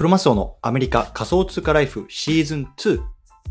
クロマスオのアメリカ仮想通貨ライフシーズン2。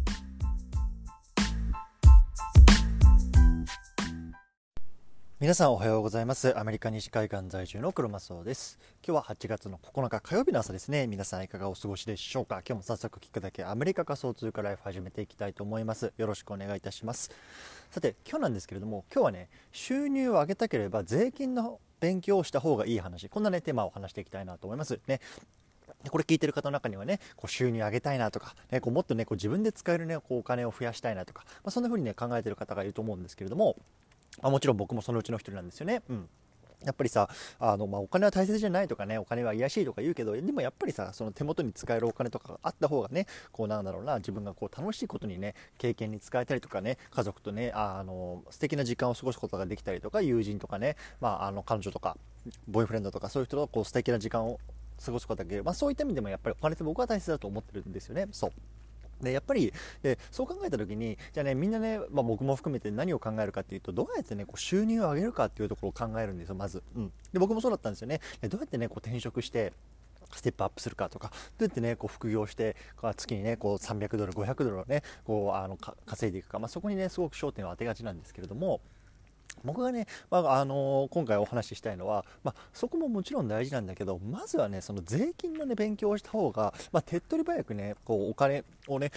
皆さんおはようございます。アメリカ西海岸在住のクロマスオです。今日は8月の9日火曜日の朝ですね。皆さんいかがお過ごしでしょうか。今日も早速聞くだけアメリカ仮想通貨ライフ始めていきたいと思います。よろしくお願いいたします。さて今日なんですけれども、今日はね、収入を上げたければ税金の勉強をした方がいい話、こんなねテーマを話していきたいなと思いますね。これ聞いてる方の中にはね、収入上げたいなとか、もっとね自分で使えるねお金を増やしたいなとか、そんな風にね考えてる方がいると思うんですけれども、もちろん僕もそのうちの一人なんですよね。やっぱりさ、お金は大切じゃないとかね、お金は癒やしいとか言うけど、でもやっぱりさ、その手元に使えるお金とかがあった方がね、自分が楽しいことにね、経験に使えたりとかね、家族とね、素敵な時間を過ごすことができたりとか、友人とかね、彼女とかボーイフレンドとか、そういう人と素敵な時間を過ごすことができる、そういった意味でもやっぱりお金って僕は大切だと思ってるんですよね。でやっぱりそう考えた時に、じゃあねみんなね、僕も含めて何を考えるかっていうと、どうやってね収入を上げるかっていうところを考えるんですよ、まず。で僕もそうだったんですよね。どうやってね転職してステップアップするかとか、どうやってね副業して月にね300ドル500ドルをね稼いでいくか、そこにねすごく焦点を当てがちなんですけれども、僕がね、今回お話ししたいのは、そこももちろん大事なんだけど、まずはねその税金のね勉強をした方が、手っ取り早くねお金をね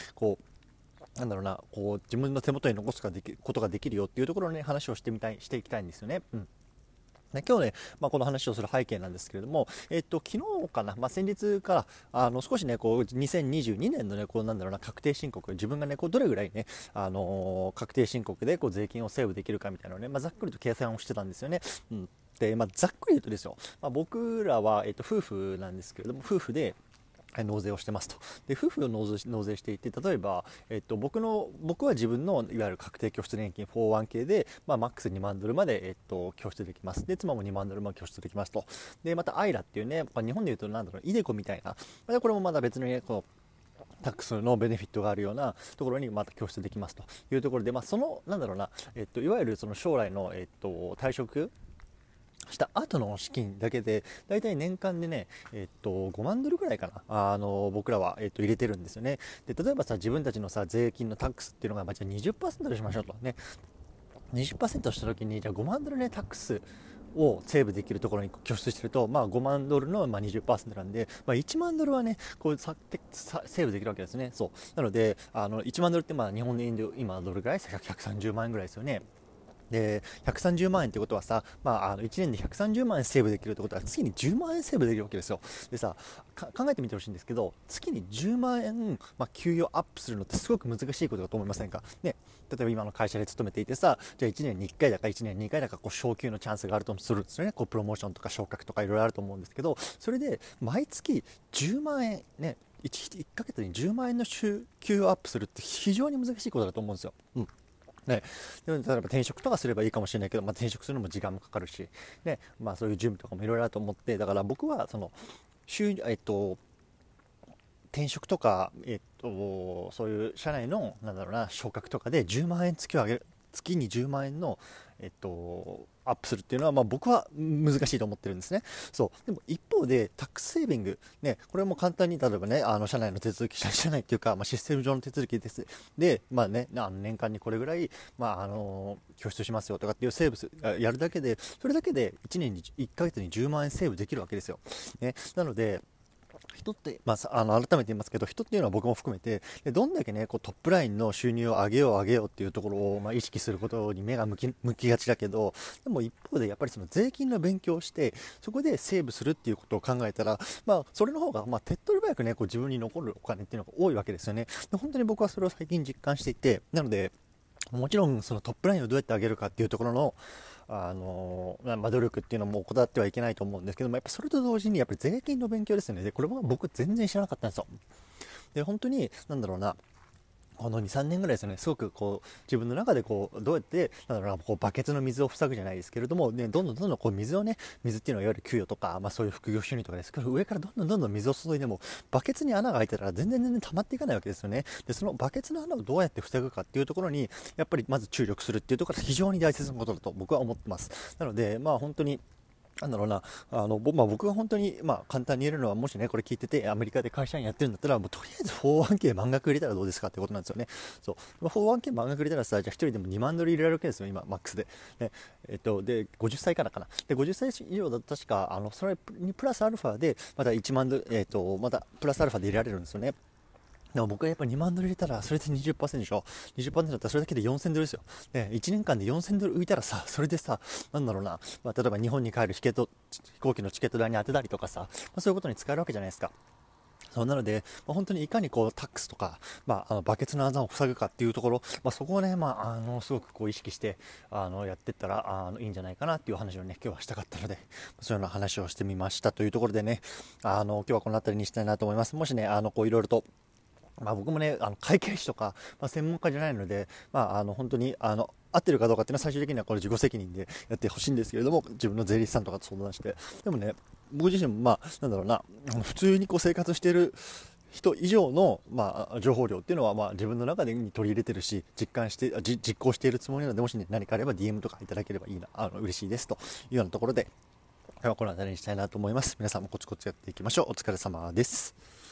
自分の手元に残すことができるよっていうところのね話をしていきたいんですよね。今日ね、この話をする背景なんですけれども、昨日かな、先日から少しね2022年のね確定申告、自分がねどれぐらいね、確定申告で税金をセーブできるかみたいなのをね、ざっくりと計算をしてたんですよね。で、ざっくり言うとですよ、僕らは、夫婦なんですけれども、夫婦で納税をしてますと。で夫婦で納税していて、例えば、僕は自分のいわゆる確定拠出年金 401k で、マックス2万ドルまで、拠出できます。で妻も2万ドルまで拠出できますと。でまたアイラっていうね、日本でいうとイデコみたいな、これもまだ別のねタックスのベネフィットがあるようなところにまた拠出できますというところで、そのいわゆるその将来の、退職した後の資金だけでだいたい年間でね、5万ドルぐらいかな、僕らは、入れてるんですよね。で例えばさ、自分たちのさ税金のタックスっていうのが、じゃあ 20% にしましょうとね。20% した時に、じゃあ5万ドルねタックスをセーブできるところに拠出してると、5万ドルの20% なんで、1万ドルはねセーブできるわけですね。なので1万ドルって日本円で今どれぐらい、130万円ぐらいですよね。で130万円ってことはさ、1年で130万円セーブできるってことは月に10万円セーブできるわけですよ。でさ、考えてみてほしいんですけど、月に10万円、給与アップするのってすごく難しいことだと思いませんかね。例えば今の会社で勤めていてさ、じゃあ1年に1回だか1年に2回だか昇給のチャンスがあるとするんですよね。プロモーションとか昇格とかいろいろあると思うんですけど、それで毎月10万円ね、1ヶ月に10万円の給与アップするって非常に難しいことだと思うんですよ。で例えば転職とかすればいいかもしれないけど、転職するのも時間もかかるし、そういう準備とかもいろいろあると思って、だから僕はその転職とか、そういう社内の昇格とかで10万円月に10万円の、アップするっていうのは、僕は難しいと思ってるんですね。でも一方でタックスセービング、これも簡単に例えばね社内の手続き、社内っていうか、システム上の手続きですで、年間にこれぐらい、拠出しますよとかっていうセーブやるだけで、それだけで1年に1ヶ月に10万円セーブできるわけですよ。なので人って、改めて言いますけど、人っていうのは僕も含めて、どんだけねトップラインの収入を上げようっていうところを、意識することに目が向きがちだけど、でも一方でやっぱりその税金の勉強をしてそこでセーブするっていうことを考えたら、それの方が手っ取り早くね自分に残るお金っていうのが多いわけですよね。で本当に僕はそれを最近実感していて、なのでもちろんそのトップラインをどうやって上げるかっていうところの努力っていうのも怠ってはいけないと思うんですけども、やっぱそれと同時にやっぱり税金の勉強ですよね。でこれも僕全然知らなかったんですよ。で本当にこの2、3年ぐらいですよね、すごく自分の中でどうやってバケツの水を塞ぐじゃないですけれども、どんどん水っていうのはいわゆる給与とか、そういう副業収入とかですけど、上からどんどん水を注いでもバケツに穴が開いてたら全然溜まっていかないわけですよね。でそのバケツの穴をどうやって防ぐかっていうところにやっぱりまず注力するっていうところが非常に大切なことだと僕は思ってます。なので本当になんだろうな、僕が本当に、簡単に言えるのは、もしね、これ聞いてて、アメリカで会社員やってるんだったら、もうとりあえず 401k 満額入れたらどうですかってことなんですよね。そう。401k 満額入れたらさ、じゃあ一人でも2万ドル入れられるわけですよ、今、マックスで。で、で、50歳からかな。で、50歳以上だと確か、それにプラスアルファで、また1万ドル、またプラスアルファで入れられるんですよね。でも僕はやっぱ2万ドル入れたら、それで 20% でしょ。20% だったらそれだけで4000ドルですよ。で、1年間で4000ドル浮いたらさ、それでさ、なんだろうな、例えば日本に帰る飛行機のチケット代に当てたりとかさ、そういうことに使えるわけじゃないですか。そうなので、本当にいかにこうタックスとか、バケツの穴を塞ぐかっていうところ、そこをね、すごくこう意識してやっていったらいいんじゃないかなっていう話をね、今日はしたかったので、そういうような話をしてみましたというところでね、今日はこの辺りにしたいなと思います。もしね、こういろいろと僕もね、会計士とか、専門家じゃないので、本当に合ってるかどうかっていうのは最終的にはこれ自己責任でやってほしいんですけれども、自分の税理士さんとかと相談して、でもね、僕自身もなんだろうな、普通にこう生活している人以上の、情報量っていうのは、自分の中で取り入れてるし、実行しているつもりなので、もしね、何かあれば DM とかいただければいいな、嬉しいですというようなところで、今日はこの辺りにしたいなと思います。皆さんもコツコツやっていきましょう。お疲れ様です。